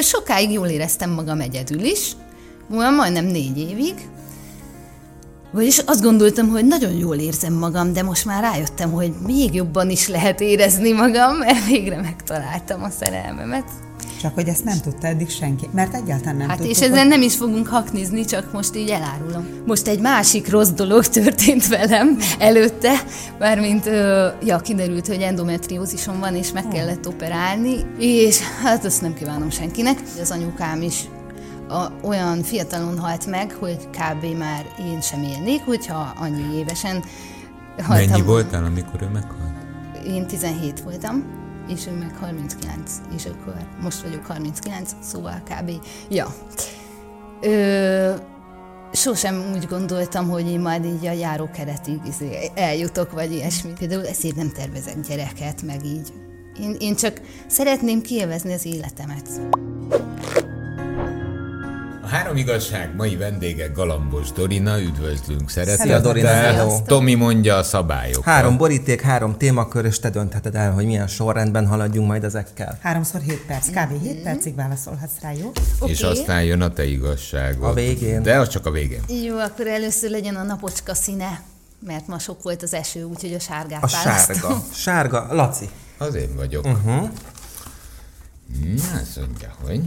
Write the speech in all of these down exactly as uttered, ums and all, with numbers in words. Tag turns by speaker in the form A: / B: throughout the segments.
A: Sokáig jól éreztem magam egyedül is, majdnem négy évig. Vagyis azt gondoltam, hogy nagyon jól érzem magam, de most már rájöttem, hogy még jobban is lehet érezni magam, mert végre megtaláltam a szerelmemet.
B: Csak hogy ezt nem tudta eddig senki, mert egyáltalán nem
A: hát
B: tudtuk.
A: És ezen hogy... nem is fogunk haknizni, csak most így elárulom. Most egy másik rossz dolog történt velem előtte, mármint ja, kiderült, hogy endometriózisom van, és meg kellett operálni, és hát azt nem kívánom senkinek. Az anyukám is A, olyan fiatalon halt meg, hogy kb. Már én sem élnék, hogyha annyi évesen haltam.
C: Mennyi voltál, amikor ő meghalt?
A: Én tizenhét voltam, és ő meg harminckilenc, és akkor most vagyok harminckilenc, szóval kb. Ja. Ö, sosem úgy gondoltam, hogy én majd így a járókeretig eljutok, vagy ilyesmi. Például ezért nem tervezek gyereket, meg így. Én, én csak szeretném kiélvezni az életemet.
C: A Három igazság mai vendége Galambos Dorina, üdvözlünk, szeretettel.
D: Szia Dorina,
C: Tomi mondja a szabályokat.
D: Három boríték, három témakör, és te döntheted el, hogy milyen sorrendben haladjunk majd ezekkel.
B: Háromszor hét perc, kb. hét percig válaszolhatsz rá, jó?
C: Okay. És aztán jön a te igazságod.
D: A végén.
C: De az csak a végén.
A: Jó, akkor először legyen a napocska színe, mert ma sok volt az eső, úgyhogy a sárgát
D: A
A: választom.
D: sárga. Sárga. Laci.
C: Az én vagyok.
D: Uh-huh.
C: Na, azt mondja, hogy...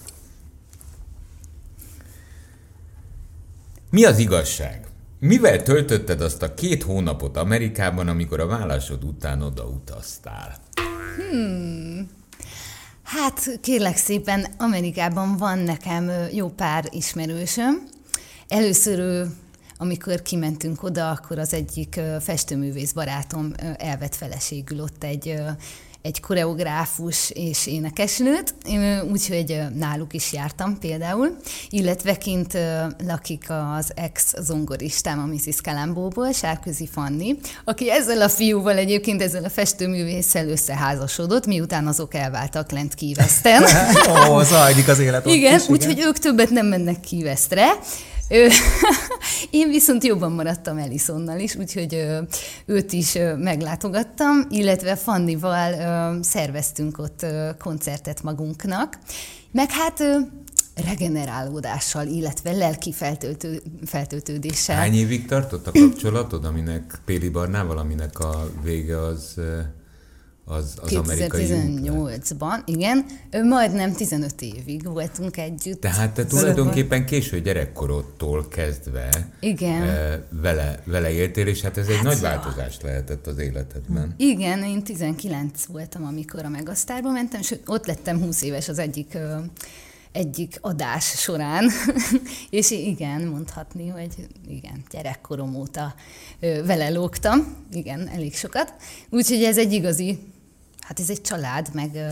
C: Mi az igazság? Mivel töltötted azt a két hónapot Amerikában, amikor a vállásod után oda utaztál?
A: Hmm. Hát kérlek szépen, Amerikában van nekem jó pár ismerősöm. Először, amikor kimentünk oda, akkor az egyik festőművész barátom elvett feleségül ott egy... egy koreográfus és énekesnőt, úgyhogy náluk is jártam például, illetve kint lakik az ex-zongoristám, a missziz Kalambóból, Sárközi Fanni, aki ezzel a fiúval egyébként, ezzel a festőművésszel összeházasodott, miután azok elváltak lent Key Westen.
D: Ó, zajlik az élet ott
A: igen,
D: is,
A: úgyhogy ők többet nem mennek Key Westre. Én viszont jobban maradtam Alisonnal is, úgyhogy őt is meglátogattam, illetve Fannival szerveztünk ott koncertet magunknak, meg hát regenerálódással, illetve lelki feltöltő, feltöltődéssel.
C: Hány évig tartott a kapcsolatod, aminek Péli Barnával, aminek a vége az... Az, az
A: kétezer-tizennyolcban, igen, majdnem tizenöt évig voltunk együtt.
C: Tehát te tulajdonképpen késő gyerekkorodtól kezdve
A: igen.
C: vele, vele éltél, és hát ez egy hát nagy változás lehetett az életedben.
A: Igen, én tizenkilenc voltam, amikor a Megasztárba mentem, és ott lettem húsz éves az egyik, egyik adás során, és igen, mondhatni, hogy igen, gyerekkorom óta vele lógtam, igen, elég sokat. Úgyhogy ez egy igazi, hát ez egy család, meg ö,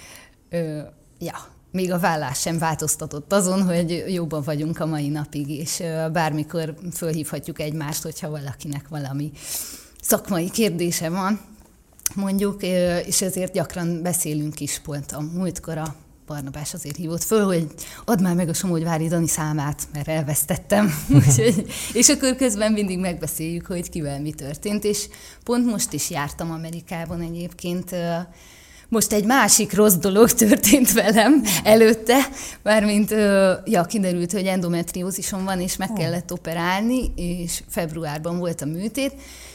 A: ö, ja, még a vállás sem változtatott azon, hogy jóban vagyunk a mai napig, és ö, bármikor fölhívhatjuk egymást, hogyha valakinek valami szakmai kérdése van, mondjuk, ö, és ezért gyakran beszélünk is, pont a múltkor a Barnabás azért hívott föl, hogy add már meg a Somogyvári Dani számát, mert elvesztettem. És akkor közben mindig megbeszéljük, hogy kivel mi történt, és pont most is jártam Amerikában egyébként. Most egy másik rossz dolog történt velem előtte, mármint ja, kiderült, hogy endometriózisom van, és meg kellett operálni, és februárban volt a műtét,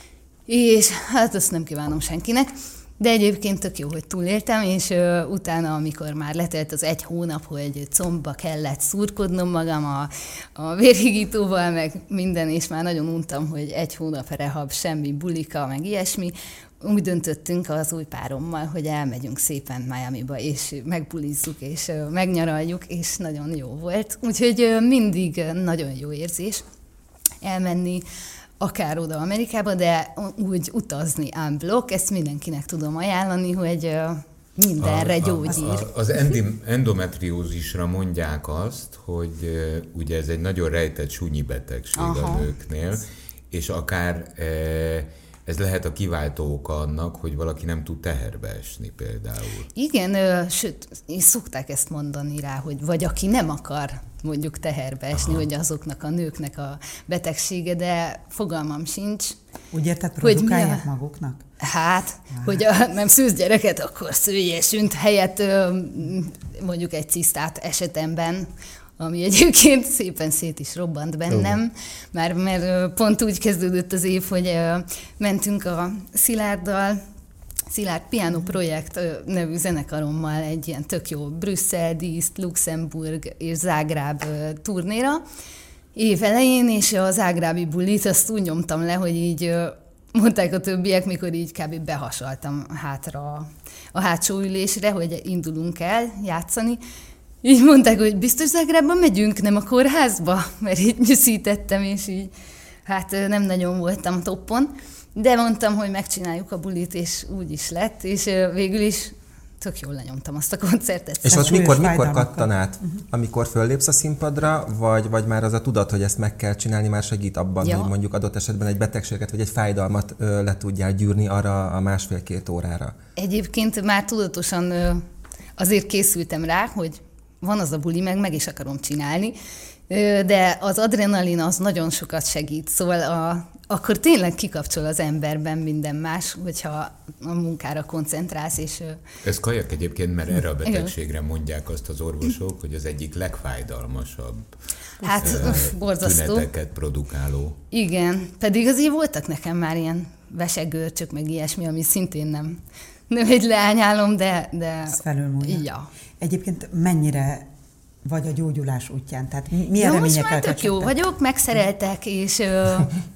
A: és hát azt nem kívánom senkinek. De egyébként tök jó, hogy túléltem, és uh, utána, amikor már letelt az egy hónap, hogy combba kellett szurkodnom magam a, a vérhigítóval, meg minden, és már nagyon untam, hogy egy hónap rehab, semmi bulika, meg ilyesmi, úgy döntöttünk az új párommal, hogy elmegyünk szépen Miamiba, és megbulizzuk, és uh, megnyaraljuk, és nagyon jó volt. Úgyhogy uh, mindig uh, nagyon jó érzés elmenni, akár oda Amerikába, de úgy utazni unblock, ezt mindenkinek tudom ajánlani, hogy mindenre a, gyógyír.
C: A, az endometriózisra mondják azt, hogy ugye ez egy nagyon rejtett súnyi betegség Aha. a nőknél, és akár ez lehet a kiváltó oka annak, hogy valaki nem tud teherbe esni például.
A: Igen, sőt, és szokták ezt mondani rá, hogy vagy aki nem akar mondjuk teherbe esni, Aha. hogy azoknak a nőknek a betegsége, de fogalmam sincs.
B: Úgy érted, produkálják maguknak?
A: Hát, hogy a, nem szűz gyereket, akkor szüljél sünt helyett mondjuk egy cisztát esetemben, ami egyébként szépen szét is robbant bennem, mert, mert pont úgy kezdődött az év, hogy mentünk a Szilárddal, Szilárd Piano Projekt nevű zenekarommal egy ilyen tök jó Brüsszel, Díszt, Luxemburg és Zágráb turnéra év elején, és a zágrábi bulit azt úgy nyomtam le, hogy így mondták a többiek, mikor így kb. Behasaltam hátra a hátsó ülésre, hogy indulunk el játszani. Így mondták, hogy biztos Zágrábban megyünk, nem a kórházba, mert így nyűszítettem, és így hát nem nagyon voltam toppon. De mondtam, hogy megcsináljuk a bulit, és úgy is lett, és végül is tök jól lenyomtam azt a koncertet.
D: És most mikor, mikor kattan át? Uh-huh. Amikor föllépsz a színpadra, vagy, vagy már az a tudat, hogy ezt meg kell csinálni, már segít abban, ja. hogy mondjuk adott esetben egy betegséget, vagy egy fájdalmat ö, le tudjál gyűrni arra a másfél-két órára?
A: Egyébként már tudatosan ö, azért készültem rá, hogy van az a buli, meg meg is akarom csinálni, ö, de az adrenalin az nagyon sokat segít, szóval a akkor tényleg kikapcsol az emberben minden más, hogyha a munkára koncentrálsz. És
C: ez kajak egyébként, mert erre a betegségre mondják azt az orvosok, hogy az egyik legfájdalmasabb
A: hát, borzasztó.
C: Tüneteket produkáló.
A: Igen, pedig azért voltak nekem már ilyen vesegörcsök, meg ilyesmi, ami szintén nem, nem egy leányálom, de... de
B: ez felülmúlja.
A: Ja.
B: Egyébként mennyire vagy a gyógyulás útján? Tehát milyen
A: ja,
B: reményekkel
A: most már tök jó vagyok, megszereltek, és ö,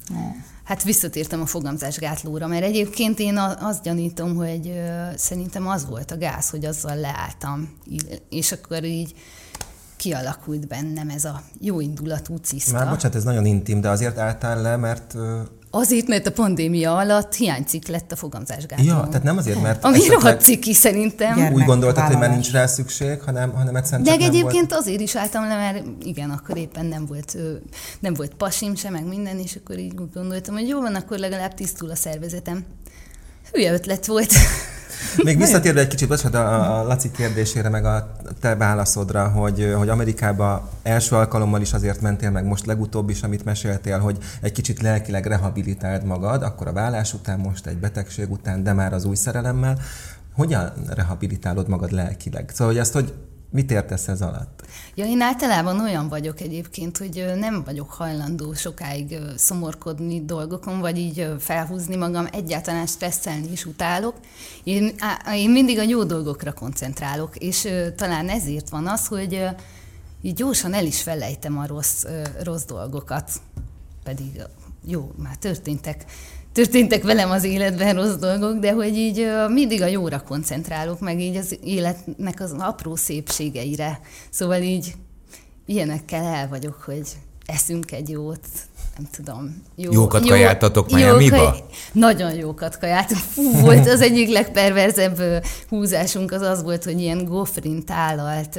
A: hát visszatértem a fogamzásgátlóra, mert egyébként én azt gyanítom, hogy ö, szerintem az volt a gáz, hogy azzal leálltam, és akkor így kialakult bennem ez a jó indulatú ciszta.
D: Már bocsánat, ez nagyon intim, de azért álltál le, mert... Ö...
A: Azért, mert a pandémia alatt hiánycikk lett a fogamzásgátló.
D: Ja, tehát nem azért, mert...
A: Ami rohadt ciki szerintem.
D: Úgy gondoltad, hogy már nincs rá szükség, hanem, hanem egyszerűen csak
A: de
D: nem
A: egyébként
D: volt...
A: azért is álltam le, mert igen, akkor éppen nem volt, nem volt pasim se, meg minden, és akkor így gondoltam, hogy jó van, akkor legalább tisztul a szervezetem. Hülye ötlet volt.
D: Még visszatérve egy kicsit, bocsánat, a, a Laci kérdésére, meg a te válaszodra, hogy, hogy Amerikába első alkalommal is azért mentél, meg most legutóbb is, amit meséltél, hogy egy kicsit lelkileg rehabilitáld magad, akkor a vállás után, most egy betegség után, de már az új szerelemmel. Hogyan rehabilitálod magad lelkileg? Szóval, hogy ezt, hogy mit értesz ez alatt?
A: Ja, én általában olyan vagyok egyébként, hogy nem vagyok hajlandó sokáig szomorkodni dolgokon, vagy így felhúzni magam, egyáltalán stresszelni is utálok. Én, én mindig a jó dolgokra koncentrálok, és talán ezért van az, hogy így gyorsan el is felejtem a rossz, rossz dolgokat, pedig jó, már történtek. Történtek velem az életben rossz dolgok, de hogy így mindig a jóra koncentrálok, meg így az életnek az apró szépségeire. Szóval így ilyenekkel el vagyok, hogy eszünk egy jót, nem tudom. Jó,
C: jókat
A: jó,
C: kajáltatok Miamiba?
A: Jó, nagyon jókat kajáltunk. Fú, volt az egyik legperverzebb húzásunk, az az volt, hogy ilyen gofrin tálalt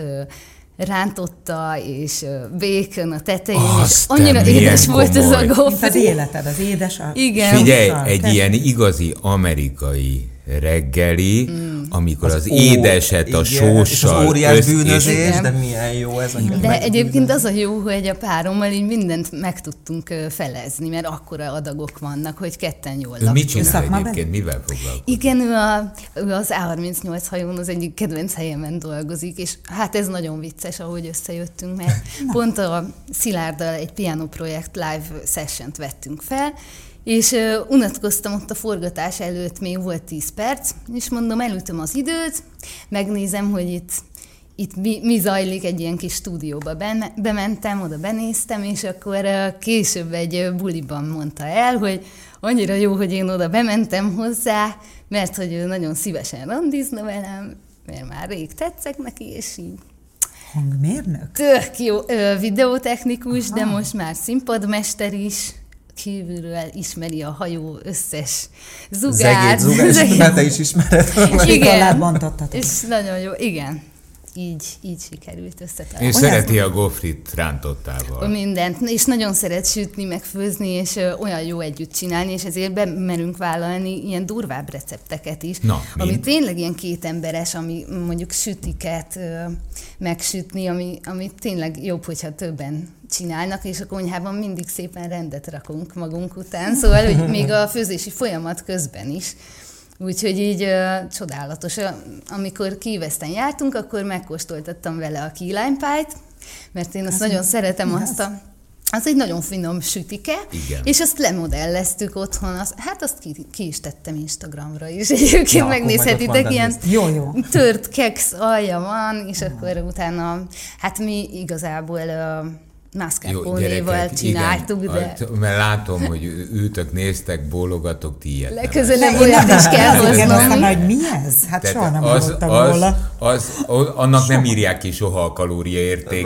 A: rántotta, és bacon a tetején,
C: azt
A: és annyira édes komoly volt ez a gofri.
B: Az életed, az édes. A...
A: Igen.
C: Figyelj, egy ilyen igazi amerikai reggeli, mm. amikor az, az édeset ó, a sóssal...
D: Az óriás bűnözés, és... de milyen jó ez. A
A: de egyébként az a jó, hogy a párommal így mindent meg tudtunk felezni, mert akkora adagok vannak, hogy ketten jól laktunk.
C: Ő mit csinál egyébként? Mivel foglalkozik?
A: Igen, ő, a, ő az á harmincnyolc hajón az egyik kedvenc helyemen dolgozik, és hát ez nagyon vicces, ahogy összejöttünk, mert pont a Szilárddal egy piano projekt live sessiont vettünk fel, és uh, unatkoztam ott a forgatás előtt, még volt tíz perc, és mondom, elütöm az időt, megnézem, hogy itt, itt mi, mi zajlik, egy ilyen kis stúdióba ben, bementem, oda benéztem, és akkor uh, később egy uh, buliban mondta el, hogy annyira jó, hogy én oda bementem hozzá, mert hogy ő nagyon szívesen randizna velem, mert már rég tetszek neki, és így.
B: Hangmérnök?
A: Tök jó uh, videótechnikus, aha. De most már színpadmester is. Kívülről ismeri a hajó összes zugát.
D: Zegét, zugát, és te is ismered.
A: Igen, és nagyon jó, igen. Így, így sikerült összetalálni.
C: És szereti a gofrit rántottával.
A: Mindent, és nagyon szeret sütni, meg főzni, és olyan jó együtt csinálni, és ezért bemerünk vállalni ilyen durvább recepteket is.
C: Na,
A: ami tényleg ilyen kétemberes, ami mondjuk sütiket megsütni, ami, ami tényleg jobb, hogyha többen csinálnak, és a konyhában mindig szépen rendet rakunk magunk után, szóval hogy még a főzési folyamat közben is Úgyhogy így uh, csodálatos. Amikor Key-Westen jártunk, akkor megkóstoltattam vele a key lime pie-t, mert én azt az nagyon szeretem azt a... Az egy nagyon finom sütike,
C: igen.
A: És azt lemodelleztük otthon, az, hát azt ki, ki is tettem Instagramra is, egyébként ja, megnézhetitek, ilyen
B: jó, jó.
A: tört keksz alja van, és uh-huh. akkor utána, hát mi igazából uh, mascarpone-val csináltuk,
C: igen,
A: de...
C: A, mert látom, hogy ültök, néztek, bólogatok, ti ilyet
A: legközelebb olyat is kell hoznom.
B: Hogy mi ez? Hát
C: tehát
B: soha nem
C: az,
B: hallottam
C: az,
B: róla.
C: Az, az, annak soha. Nem írják ki soha a kalóriaértékét.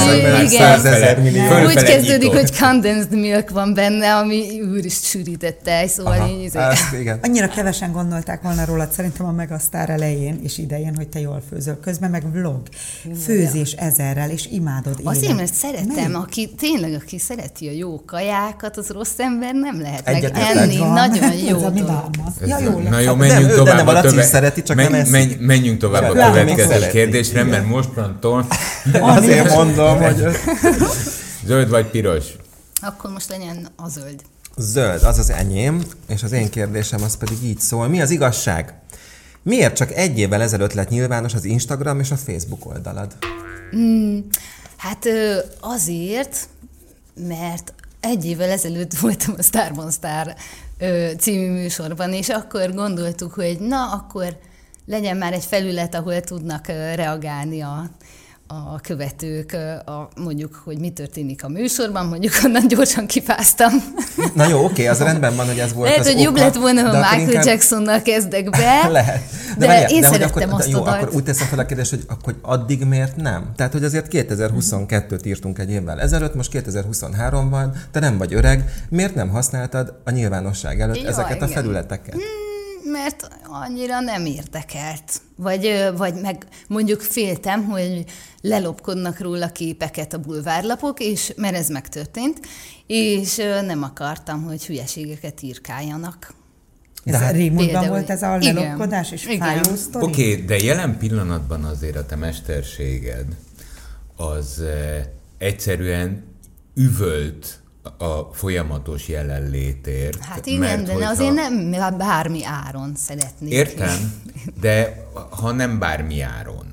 A: Úgy kezdődik, hogy condensed milk van benne, ami úrist sűrített tej, szóval
D: aha,
A: így...
D: ezt, igen.
B: Annyira kevesen gondolták volna rólad szerintem a Megasztár elején és idején, hogy te jól főzöl. Közben meg vlog, főzés ezerrel, és imádod élet.
A: Azért, mert szeretem, aki tényleg, aki szereti a jó kajákat, az rossz ember nem lehet
D: Egyet
A: meg enni. Nagyon jó
B: dolog.
C: Ja, jó Na jó, menjünk
D: nem,
C: tovább.
D: Nem, a Laci szereti, csak
C: menj,
D: nem
C: menj, menjünk tovább a következő kérdésre, mert mostantól...
D: Azért mondom, hogy...
C: Zöld vagy piros?
A: Akkor most legyen a zöld.
D: Zöld, az az enyém, és az én kérdésem az pedig így szól. Mi az igazság? Miért csak egy évvel ezelőtt lett nyilvános az Instagram és a Facebook oldalad?
A: Mm, hát azért, mert egy évvel ezelőtt voltam a Starban Star című műsorban, és akkor gondoltuk, hogy na, akkor legyen már egy felület, ahol tudnak reagálni a, a követők, a, mondjuk, hogy mi történik a műsorban, mondjuk onnan gyorsan kifáztam.
D: Na jó, oké, az rendben van, hogy ez volt.
A: Lehet,
D: az
A: hogy jobb lett volna, ha Michael inkább... Jacksonnal kezdek be,
D: lehet.
A: De, de várjál, én de szerettem
D: akkor,
A: azt
D: jó,
A: a dalt.
D: akkor úgy teszem fel a kérdést, hogy akkor addig miért nem? Tehát, hogy azért kétezer-huszonkettőt írtunk egy évvel ezelőtt, most kétezer-huszonhárom van, te nem vagy öreg, miért nem használtad a nyilvánosság előtt
A: jó,
D: ezeket
A: igen.
D: a felületeket?
A: Hmm, mert annyira nem érdekelt. Vagy, vagy meg mondjuk féltem, hogy lelopkodnak róla képeket a bulvárlapok, és mert ez megtörtént, és nem akartam, hogy hülyeségeket írkáljanak.
B: Ez
D: hát,
B: régmúltban volt ez a lelopkodás és fájó sztori?
C: Oké, okay, de jelen pillanatban azért a te mesterséged az eh, egyszerűen üvölt a folyamatos jelenlétért.
A: Hát igen,
C: mert
A: de
C: hogyha...
A: azért nem bármi áron szeretnék.
C: Értem, de ha nem bármi áron.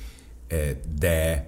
C: De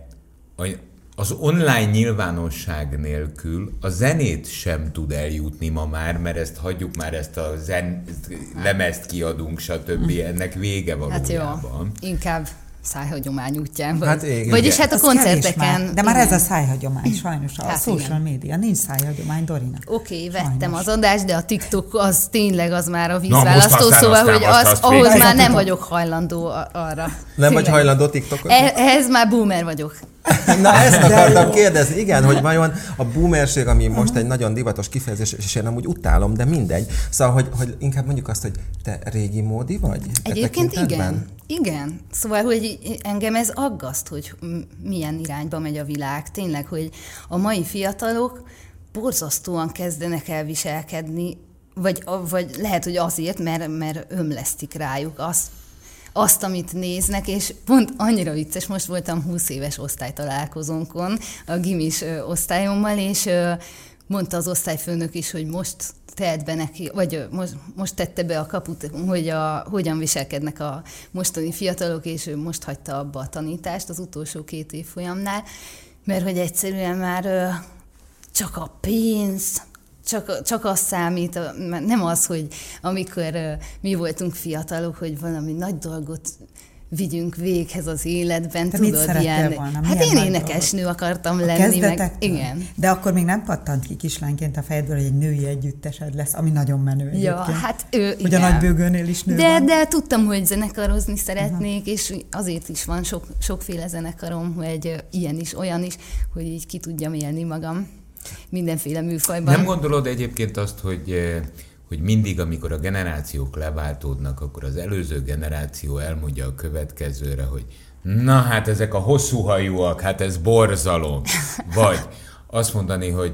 C: az online nyilvánosság nélkül a zenét sem tud eljutni ma már, mert ezt hagyjuk már, ezt a zen, lemezt kiadunk, stb. Ennek vége valójában.
A: Hát jó, inkább szájhagyomány útján.
D: Hát igen.
A: Vagyis hát a
B: ez
A: koncerteken.
B: Már. De már igen. Ez a szájhagyomány, sajnos a
A: hát
B: social igen. media, nincs szájhagyomány, Dorinak.
A: Oké, okay, vettem az adást, de a TikTok az tényleg az már a
C: Na,
A: vízválasztó,
C: aztán,
A: szóval,
C: aztán,
A: hogy
C: aztán,
A: az,
C: aztán,
A: ahhoz
C: aztán,
A: már nem
B: tudom.
A: vagyok hajlandó arra.
D: Nem
A: Tényleg.
D: vagy hajlandó TikTokot?
A: Ehhez már boomer vagyok.
D: Na, ezt akartam kérdezni, igen, hogy vajon a boomerség, ami most egy nagyon divatos kifejezés, és én amúgy utálom, de mindegy. Szóval, hogy, hogy inkább mondjuk azt, hogy te régi módi vagy?
A: Egyébként igen. Igen. Szóval, hogy engem ez aggaszt, hogy milyen irányba megy a világ. Tényleg, hogy a mai fiatalok borzasztóan kezdenek el viselkedni, vagy, vagy lehet, hogy azért, mert, mert ömlesztik rájuk azt, azt, amit néznek, és pont annyira vicces, most voltam húsz éves osztálytalálkozónkon a gimis osztályommal, és mondta az osztályfőnök is, hogy most tett be neki, vagy most, most tette be a kaput, hogy a, hogyan viselkednek a mostani fiatalok, és ő most hagyta abba a tanítást az utolsó két évfolyamnál, mert hogy egyszerűen már csak a pénz, Csak, csak az számít, nem az, hogy amikor mi voltunk fiatalok, hogy valami nagy dolgot vigyünk véghez az életben.
B: Te
A: tudod,
B: mit
A: ilyen...
B: volna?
A: Hát én énekesnő akartam lenni. Meg... Igen.
B: De akkor még nem pattant ki kislányként a fejedből, hogy egy női együttesed lesz, ami nagyon menő egyébként.
A: Ja, hát ő,
B: hogy a nagybőgőnél is nő
A: de,
B: van.
A: de tudtam, hogy zenekarozni szeretnék, uh-huh. és azért is van sok, sokféle zenekarom, hogy ilyen is, olyan is, hogy így ki tudjam élni magam. Mindenféle műfajban.
C: Nem gondolod egyébként azt, hogy, hogy mindig, amikor a generációk leváltódnak, akkor az előző generáció elmondja a következőre, hogy na hát ezek a hosszú hajúak, hát ez borzalom. Vagy azt mondani, hogy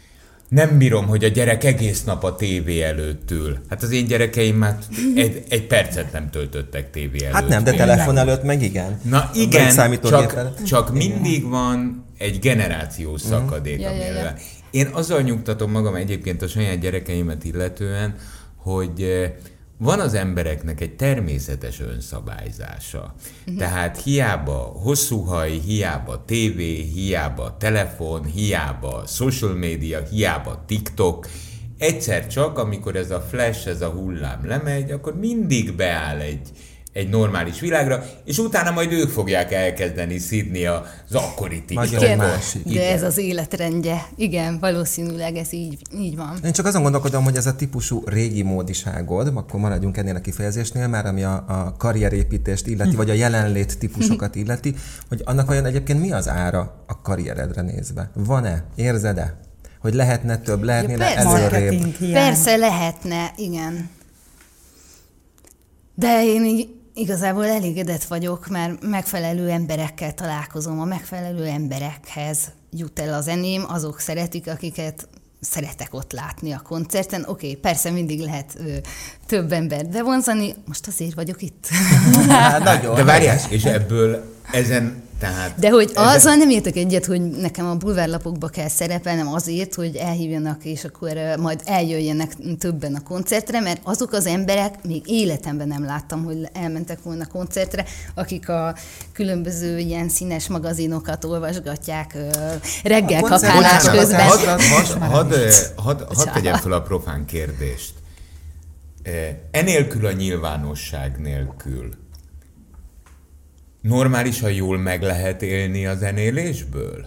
C: nem bírom, hogy a gyerek egész nap a tévé előtt ül. Hát az én gyerekeim már egy, egy percet nem töltöttek tévé előtt.
D: Hát nem, de telefon előtt meg igen.
C: Na igen, csak, csak mindig van egy generációs szakadék.
A: Ja, ja, ja.
C: Én azzal nyugtatom magam egyébként a saját gyerekeimet illetően, hogy, van az embereknek egy természetes önszabályzása. Uh-huh. Tehát hiába hosszú haj, hiába tévé, hiába telefon, hiába social media, hiába TikTok, egyszer csak, amikor ez a flash, ez a hullám lemegy, akkor mindig beáll egy, egy normális világra, és utána majd ők fogják elkezdeni szidni az akkori TikTokot.
A: De ez az életrendje. Igen, valószínűleg ez így, így van.
D: Én csak azon gondolkodom, hogy ez a típusú régi módiságod, akkor maradjunk ennél a kifejezésnél, már ami a, a karrierépítést illeti, vagy a jelenlét típusokat illeti, hogy annak olyan egyébként mi az ára a karrieredre nézve? Van-e? Érzed-e? Hogy lehetne több, lehetnél ja, előrébb?
A: Persze lehetne, igen. De én így igazából elégedett vagyok, mert megfelelő emberekkel találkozom, a megfelelő emberekhez jut el a zeném, azok szeretik, akiket szeretek ott látni a koncerten. Oké, okay, persze mindig lehet ö, több embert bevonzani, most azért vagyok itt.
C: Nagyon. De várjál, és ebből ezen tehát...
A: De hogy ezen... azzal nem értek egyet, hogy nekem a bulvárlapokba kell szerepelnem azért, hogy elhívjanak, és akkor majd eljöjjenek többen a koncertre, mert azok az emberek, még életemben nem láttam, hogy elmentek volna koncertre, akik a különböző ilyen színes magazinokat olvasgatják reggel kakálás közben.
C: Hadd tegyem fel a profán kérdést. Enélkül a nyilvánosság nélkül normálisan jól meg lehet élni a zenélésből?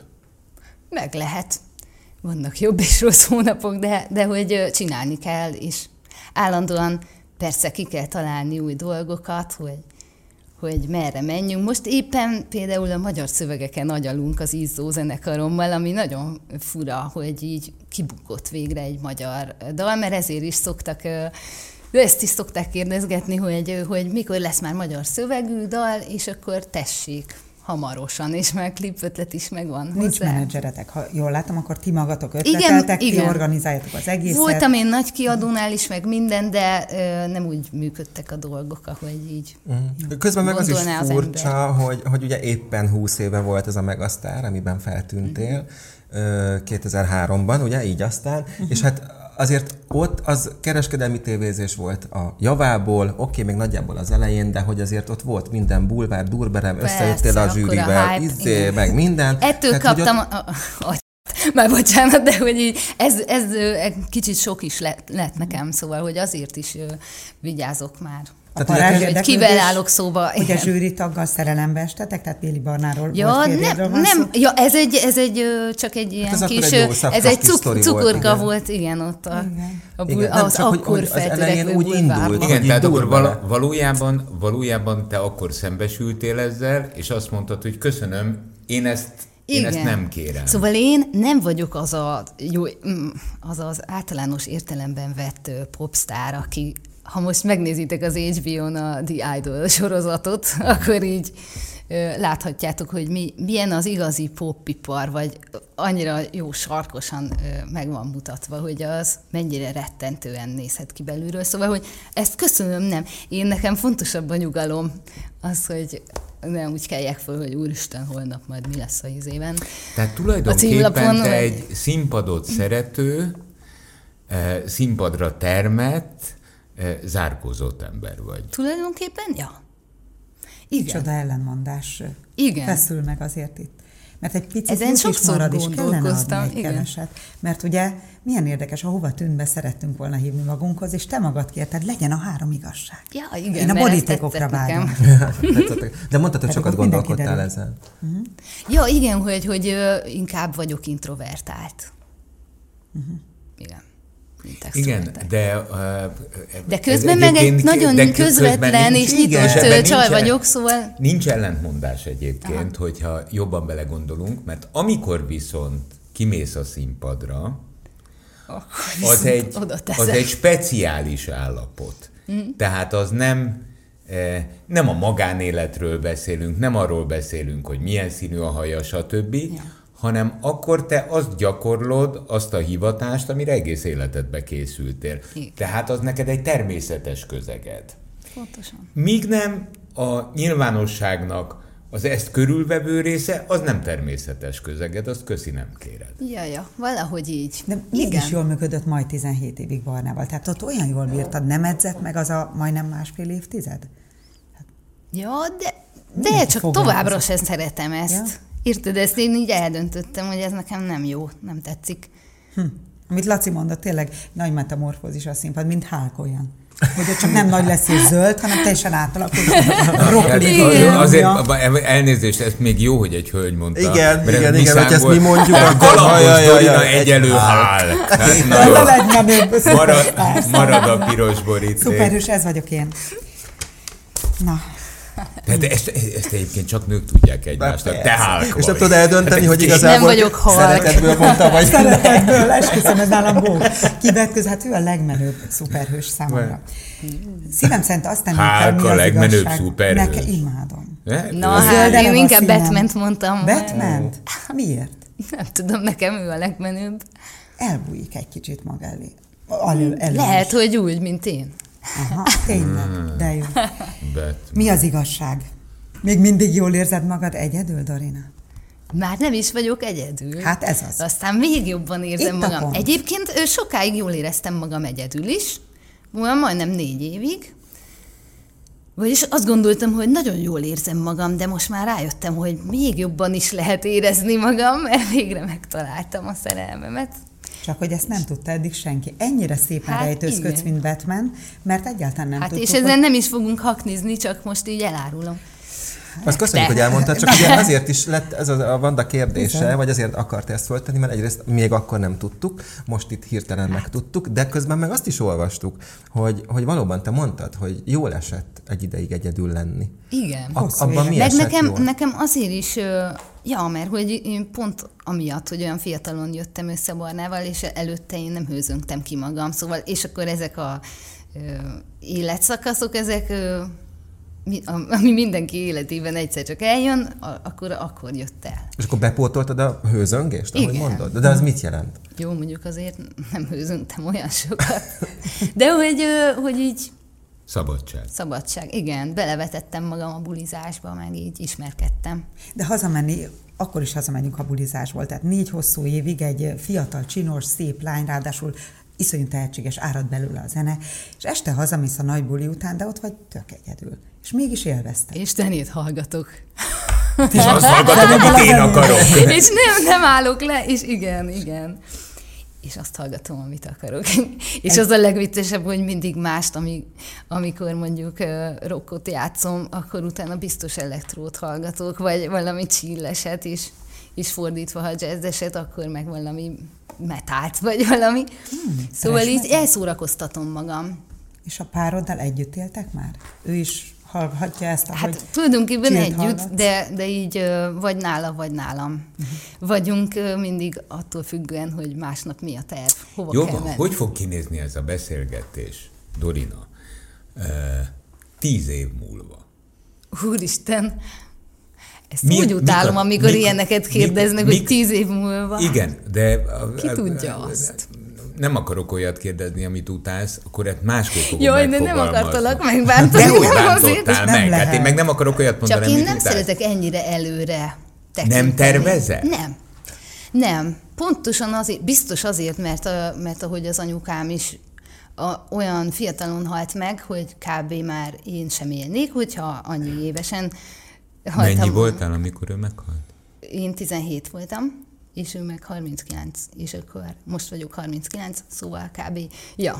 A: Meg lehet. Vannak jobb és rossz hónapok, de, de hogy csinálni kell, és állandóan persze ki kell találni új dolgokat, hogy, hogy merre menjünk. Most éppen például a magyar szövegeken agyalunk az Izzó zenekarommal, ami nagyon fura, hogy így kibukott végre egy magyar dal, mert ezért is szoktak... De ezt is szokták kérdezgetni, hogy, hogy mikor lesz már magyar szövegű dal, és akkor tessék hamarosan, és már klipötlet is megvan.
B: Nincs menedzseretek, ha jól látom, akkor ti magatok ötleteltek, igen, ti igen. organizáljátok az egészet.
A: Voltam én nagy kiadónál is, meg minden, de ö, nem úgy működtek a dolgok, ahogy így
D: mm. Közben meg az is furcsa, az hogy, hogy ugye éppen húsz éve volt ez a Megasztár, amiben feltűntél, mm. kétezer-háromban, ugye, így aztán, mm-hmm. és hát azért ott az kereskedelmi tévézés volt a javából, oké, okay, még nagyjából az elején, de hogy azért ott volt minden bulvár, durberem, összejöttél a zsűrivel, izzé, meg minden.
A: Ettől tehát, kaptam, ott... a, a, a, már bocsánat, de hogy így ez, ez, ez kicsit sok is lett, lett nekem, szóval, hogy azért is ö, vigyázok már. Tehát, hogy kivel állok szóba.
B: Hogy a zsűritaggal szerelembe estetek, tehát Béli Barnáról
A: ja,
B: volt
A: nem, nem, ja, ez egy, ez egy csak egy ilyen hát ez kis, egy ez egy cuk, cukorka volt, volt, igen, ott a, igen. a bul, igen, az csak, akkor feltörekvő
D: úgy indult.
C: Igen, tehát akkor val- valójában, valójában te akkor szembesültél ezzel, és azt mondtad, hogy köszönöm, én ezt Én Igen. ezt nem kérem.
A: Szóval én nem vagyok az a jó, az, az általános értelemben vett popstar, aki, ha most megnézitek az há bé ó-n a The Idol sorozatot, akkor így ö, láthatjátok, hogy mi, milyen az igazi popipar, vagy annyira jó sarkosan ö, meg van mutatva, hogy az mennyire rettentően nézhet ki belülről. Szóval, hogy ezt köszönöm, nem. Én nekem fontosabb a nyugalom, az, hogy nem úgy kelljek föl, hogy úristen, holnap majd mi lesz a izében.
C: Tehát tulajdonképpen te egy színpadot szerető, színpadra termett, zárkózott ember vagy.
A: Tulajdonképpen, ja. Igen.
B: Csoda ellenmondás.
A: Igen.
B: Feszül meg azért itt. Mert egy picit
A: ezen
B: is marad, és kellene adni egy
A: igen.
B: keveset. Mert ugye milyen érdekes, ahova tűnbe szerettünk volna hívni magunkhoz, és te magad kérted, legyen a három igazság.
A: Ja, igen,
B: Én a borítékokra várom.
D: De mondtad, hogy sokat gondolkodtál ezen.
A: Uh-huh. Ja, igen, hogy, hogy inkább vagyok introvertált. Uh-huh. Igen.
C: Igen, de... Uh,
A: de közben meg egy nagyon de közvetlen és nyitott csaj vagyok, szóval...
C: Nincs ellentmondás egyébként, aha. hogyha jobban belegondolunk, mert amikor viszont kimész a színpadra, az egy, az egy speciális állapot. Mm. Tehát az nem... Nem a magánéletről beszélünk, nem arról beszélünk, hogy milyen színű a haja, stb., ja. hanem akkor te azt gyakorlod, azt a hivatást, amire egész életedbe készültél. Igen. Tehát az neked egy természetes közeged.
A: Pontosan.
C: Míg nem a nyilvánosságnak az ezt körülvevő része, az nem természetes közeged, azt köszi nem kéred.
A: Ja, ja, valahogy így.
B: De mégis jól működött majd tizenhét évig Barnával. Tehát ott olyan jól bírtad, nem edzett meg az a majdnem másfél évtized?
A: Ja, de, de csak továbbra sem szeretem ezt. Ja? Érted, ezt én így eldöntöttem, hogy ez nekem nem jó, nem tetszik.
B: Hm. Amit Laci mondott, tényleg nagy metamorfózis a színpad, mint Hulk olyan. Hogy csak nem nagy lesz és zöld, hanem teljesen átalakult. Rokli.
C: Azért elnézést, ez még jó, hogy egy hölgy mondta.
D: Igen, mert igen, igen, hogy ezt mi mondjuk.
C: Galambos Dorina egyelő hál. Marad a piros borítvény.
B: Szuperhős, ez vagyok én. Na.
C: Tehát ezt, ezt egyébként csak nők tudják egymásnak. Te hálk vagy.
D: És nem tudod eldönteni, hogy igazából
A: nem vagyok halk.
D: Szeretetből mondta, vagy...
B: Szeretetből, esküszöm, ez nálam bó. Kivetköző, hát ő a legmenőbb szuperhős számomra. Szívem szerint azt tennék fel, mi
C: a
B: az
C: legmenőbb
B: igazság.
C: szuperhős.
B: Nekem imádom.
A: Na hát, én inkább Batman-t mondtam.
B: Batman? Miért?
A: Nem tudom, nekem ő a legmenőbb.
B: Elbújik egy kicsit maga elé. Elő, elő
A: Lehet,
B: is.
A: hogy úgy, mint én.
B: Aha, tényleg, de jó.
C: Batman.
B: Mi az igazság? Még mindig jól érzed magad egyedül, Dorina?
A: Már nem is vagyok egyedül.
B: Hát ez az.
A: Aztán még jobban érzem
B: Itt a
A: magam.
B: pont.
A: Egyébként ő, sokáig jól éreztem magam egyedül is, majdnem négy évig. Vagyis azt gondoltam, hogy nagyon jól érzem magam, de most már rájöttem, hogy még jobban is lehet érezni magam, mert végre megtaláltam a szerelmemet.
B: Csak hogy ezt nem tudta eddig senki. Ennyire szépen hát rejtőzködsz, mint Batman, mert egyáltalán nem
A: hát
B: tudtuk.
A: és ezen hogy... nem is fogunk haknizni, csak most így elárulom.
D: Azt köszönjük,
A: De.
D: hogy elmondtad, csak ugye azért is lett ez a Vanda kérdése, Viszont. vagy azért akart ezt föltenni, mert egyrészt még akkor nem tudtuk, most itt hirtelen hát. megtudtuk, de közben meg azt is olvastuk, hogy, hogy valóban te mondtad, hogy jól esett egy ideig egyedül lenni.
A: Igen.
D: A, abban mi
A: Meg
D: esett
A: nekem,
D: jól?
A: nekem azért is, ja, mert hogy én pont amiatt, hogy olyan fiatalon jöttem össze Barnával, és előtte én nem hőzöngtem ki magam, szóval, és akkor ezek a ö, életszakaszok, ezek... Ö, ami mindenki életében egyszer csak eljön, akkor, akkor jött el.
D: És akkor bepótoltad a hőzöngést, ahogy
A: Igen.
D: mondod? De az mit jelent?
A: Jó, mondjuk azért nem hőzöngtem olyan sokat. De hogy, hogy így...
C: Szabadság.
A: Szabadság, igen. Belevetettem magam a bulizásba, meg így ismerkedtem.
B: De hazamenni, akkor is hazamegyünk, ha bulizás volt. Tehát négy hosszú évig egy fiatal, csinos, szép lány, ráadásul iszonyú tehetséges, árad belőle a zene, és este hazamész a nagy buli után, de ott vagy tök egyedül. És mégis élvezted.
A: És zenét hallgatok.
C: És azt hallgatom, amit én akarok.
A: És nem, nem állok le, és igen, igen. És azt hallgatom, amit akarok. És Ez... az a legviccesebb, hogy mindig mást, ami, amikor mondjuk uh, rockot játszom, akkor utána biztos elektrót hallgatok, vagy valami chilleset is, és fordítva, ha jazzeset, akkor meg valami metált, vagy valami. Hmm, szóval így metal. Elszórakoztatom magam.
B: És a pároddal együtt éltek már? Ő is hallgatja ezt, ahogy...
A: Hát tulajdonképpen együtt,
B: hallgatsz?
A: de, de így vagy nála, vagy nálam. Uh-huh. Vagyunk mindig attól függően, hogy másnap mi a terv, hova
C: Jó,
A: kell menni.
C: hogy fog kinézni ez a beszélgetés, Dorina, tíz év múlva?
A: Úristen! Ezt
C: Mi,
A: úgy utálom,
C: mikor,
A: amikor mikor, ilyeneket kérdeznek, mikor, hogy tíz év múlva.
C: Igen, de...
A: Ki tudja azt?
C: Nem akarok olyat kérdezni, amit utálsz, akkor ezt máskor fogom
A: Jaj, de nem akartalak megbántani.
C: De hogy bántottál meg?
B: lehet.
C: Hát én meg nem akarok olyat mondani,
A: Csak én
C: amit
A: nem
C: utálsz.
A: szeretek ennyire előre tekinteni.
C: Nem tervezel?
A: Nem. Nem. Pontosan azért, biztos azért, mert, a, mert ahogy az anyukám is a, olyan fiatalon halt meg, hogy kb. Már én sem élnék, hogyha annyi évesen haltam.
C: Mennyi voltál, amikor ő meghalt?
A: Én tizenhét voltam, és ő meg harminckilenc, és akkor most vagyok harminckilenc, szóval kb. Ja.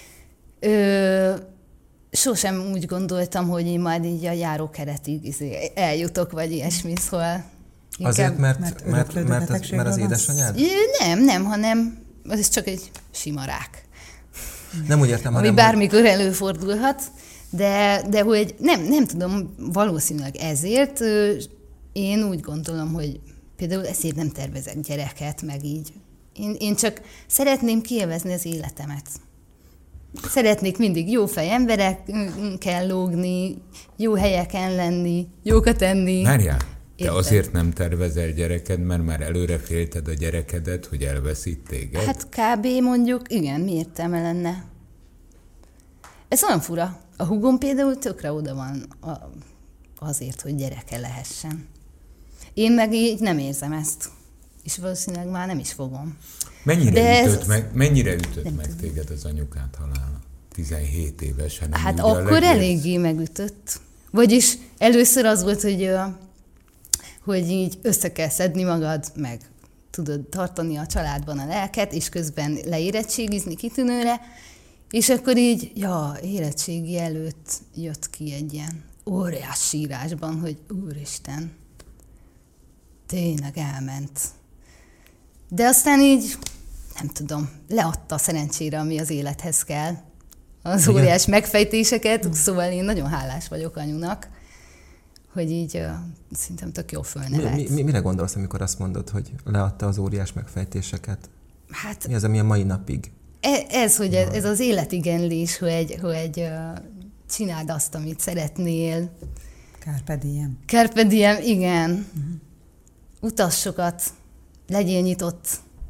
A: Ö, sosem úgy gondoltam, hogy én majd így a járókeretig eljutok, vagy ilyesmi, szóval...
D: Azért, mert,
B: mert,
D: mert, mert, mert, az, mert az édesanyád?
A: Nem, nem, hanem ez csak egy sima rák.
D: Nem úgy értem,
A: ami
D: hanem,
A: bármikor előfordulhat, de, de hogy nem, nem tudom, valószínűleg ezért én úgy gondolom, hogy például ezért nem tervezek gyereket, meg így. Én, én csak szeretném kiélvezni az életemet. Szeretnék mindig jó fej emberekkel lógni, jó helyeken lenni, jókat enni.
C: Várjál, te
A: Érted?
C: azért nem tervezel gyereket, mert már előre félted a gyerekedet, hogy elveszít téged?
A: Hát kb. Mondjuk, igen, mi értelme lenne? Ez olyan fura. A húgom például tökre oda van a azért, hogy gyereke lehessen. Én meg így nem érzem ezt, és valószínűleg már nem is fogom.
C: Mennyire
A: De
C: ütött,
A: ez...
C: meg, mennyire ütött meg téged az anyukád halála? tizenhét évesen.
A: Hát akkor eléggé megütött. Vagyis először az volt, hogy, hogy így össze kell szedni magad, meg tudod tartani a családban a lelket, és közben leérettségizni kitűnőre, és akkor így, ja, érettségi előtt jött ki egy ilyen óriás sírásban, hogy úristen, tényleg elment. De aztán így, nem tudom, leadta szerencsére, ami az élethez kell. Az igen. Óriás megfejtéseket, szóval én nagyon hálás vagyok anyunak, hogy így uh, szerintem tök jó fölnevelt.
D: Mi, mi, mire gondolsz, amikor azt mondod, hogy leadta az óriás megfejtéseket?
A: Hát,
D: mi az, ami a mai napig?
A: Ez, hogy ez, ez az életigenlés, hogy, hogy uh, csináld azt, amit szeretnél.
B: Carpe diem.
A: Carpe diem, igen. Uh-huh. Utazz sokat, legyél nyitott.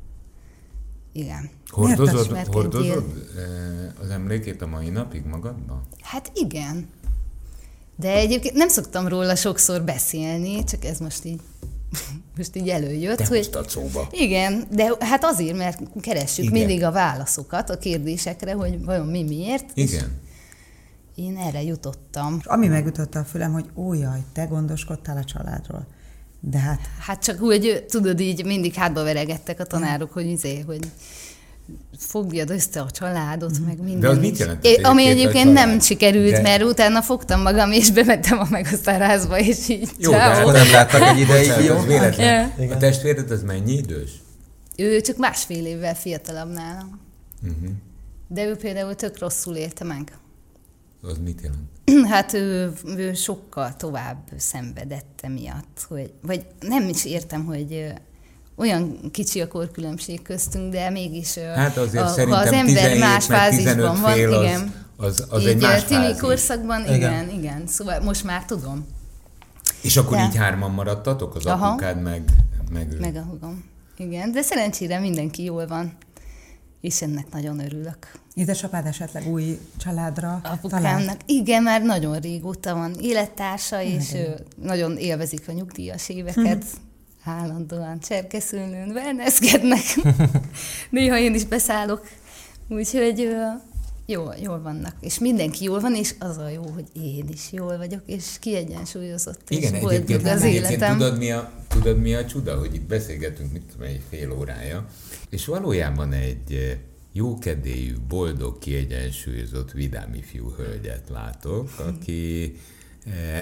A: Igen.
C: Hordozod, hordozod az emlékét a mai napig magadban?
A: Hát igen. De egyébként nem szoktam róla sokszor beszélni, csak ez most így, most így előjött.
C: Te
A: hogy
C: hoztad szóba.
A: Igen, de hát azért, mert keressük
C: igen.
A: mindig a válaszokat a kérdésekre, hogy vajon mi miért.
C: Igen.
A: Én erre jutottam.
B: Ami megütötte a fülem, hogy ó jaj, te gondoskodtál a családról. De hát...
A: Hát csak úgy, tudod, így mindig hátba veregettek a tanárok, hogy izé, hogy fogjad össze a családot, mm. meg minden.
C: De az mit jelent?
A: É, ami egyébként nem sikerült, de... mert utána fogtam magam, és bementem a megosztárházba, és így
C: jó, de
D: akkor nem láttak egy ideig, jó?
C: Az véletlen. Yeah. A testvéred az mennyi idős?
A: Ő csak másfél évvel fiatalabb nálam.
C: Uh-huh.
A: De ő például tök rosszul élte meg.
C: Az mit jelent?
A: Hát ő, ő sokkal tovább szenvedett emiatt, hogy, vagy nem is értem, hogy olyan kicsi a korkülönbség köztünk, de mégis
C: hát azért
A: a, ha az ember más fázisban van,
C: az,
A: igen,
C: az, az egy más
A: tini
C: fázis.
A: korszakban, igen, igen, igen, szóval most már tudom.
C: És akkor
A: de...
C: így hárman maradtatok, az Aha. apukád meg, meg ő?
A: Meg a hugom, igen, de szerencsére mindenki jól van, és ennek nagyon örülök.
B: Édesapád esetleg új családra
A: Apukámnak,
B: talált?
A: Igen, már nagyon régóta van élettársa, és ő nagyon élvezik a nyugdíjas éveket. Állandóan cserkeszülnőn wellnesskednek. Néha én is beszállok. Úgyhogy jól, jól vannak. És mindenki jól van, és az a jó, hogy én is jól vagyok, és kiegyensúlyozott,
C: igen,
A: és boldog az életem.
C: Tudod mi, a, tudod, mi a csuda, hogy itt beszélgetünk, mit tudom, egy fél órája, és valójában egy jókedélyű, boldog, kiegyensúlyozott, vidám ifjú hölgyet látok, aki... Eh,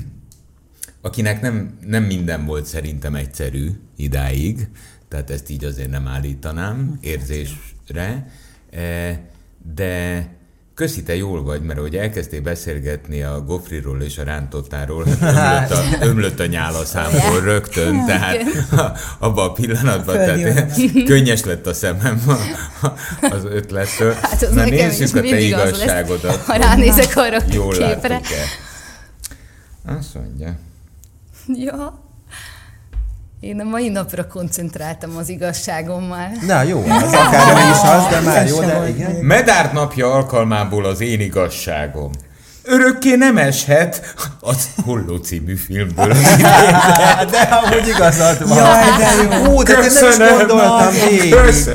C: akinek nem, nem minden volt szerintem egyszerű idáig, tehát ezt így azért nem állítanám érzésre, de köszi, te jól vagy, mert ahogy elkezdtél beszélgetni a gofriról és a rántottáról, ömlött a, ömlött a nyála számból rögtön, tehát abban a pillanatban, tehát könnyes lett a szemem az ötlettől. Hát az Na nézzük a te igazságodat.
A: Ha ránézek arra a
C: jól
A: képre.
C: Azt mondja.
A: Ja. Én a mai napra koncentráltam az igazságommal.
D: Na jó, az akár nem is az, de már jó, de igen.
C: Medár napja alkalmából az én igazságom. Örökké nem eshet az Holló című filmből.
D: De amúgy igazad van.
B: Jaj, de jó.
D: Ó, de nem is gondoltam végig.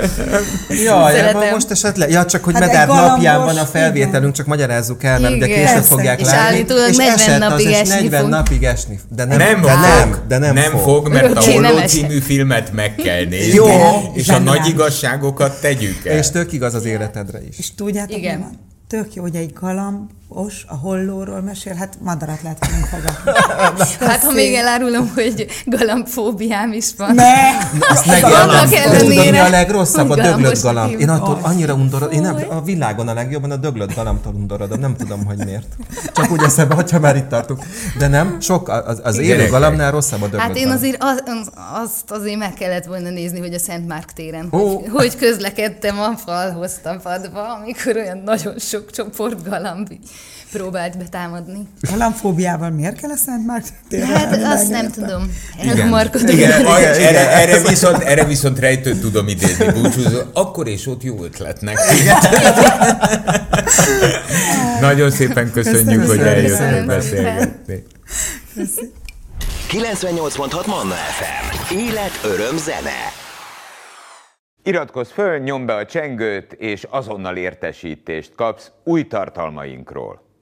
D: Jaj, most esetleg, ja, csak hogy hát Medár napján van a felvételünk, csak magyarázzuk el, mert de később fogják
A: és
D: látni.
A: És negyven napig esni
D: negyven
A: fog.
D: napig esni. De nem,
C: nem,
D: de
C: fog,
D: nem, de nem,
C: nem
D: fog.
C: fog, mert
A: Örökké
C: a Holló című filmet meg kell nézni.
D: Jó.
C: És a nagy igazságokat tegyük el.
D: És tök igaz az életedre is.
B: És tudjátok, mi van? Tök jó, hogy egy galambos a hollóról mesél, hát madarat lehet velünk fogadni.
A: Hát, ha még elárulom, hogy galambfóbiám is van.
B: Ne!
D: Azt megjelent. Tudod, mi a legrosszabb? A döglött galamb. Én attól annyira undorodom. Én nem, a világon a legjobban a döglött galambtól undorodom. Nem tudom, hogy miért. Csak úgy eszembe, hogyha már itt tartunk. De nem, sok, az, az élő galambnál rosszabb a döglött
A: Hát én
D: galamb.
A: azért az, azt azért meg kellett volna nézni, hogy a Szent Márk téren, oh. hogy, hogy közlekedtem a falhoz tapadva, amikor olyan nagyon sok csoport galamb próbált betámadni.
B: Galambfóbiával miért kell a Szent Márk téren?
A: Hát azt nem tudom. Elmarkodom.
C: Igen, igen, erre, erre, viszont, erre viszont rejtőt tudom idézni, búcsúzó. Akkor és ott jó ötletnek. Nagyon szépen köszönjük,
B: Köszönöm,
C: hogy eljöttek
A: köszönöm.
C: beszélgetni.
E: kilencvennyolc pont hat Manna ef em. Élet, öröm, zene.
F: Iratkozz föl, nyomd be a csengőt, és azonnal értesítést kapsz új tartalmainkról.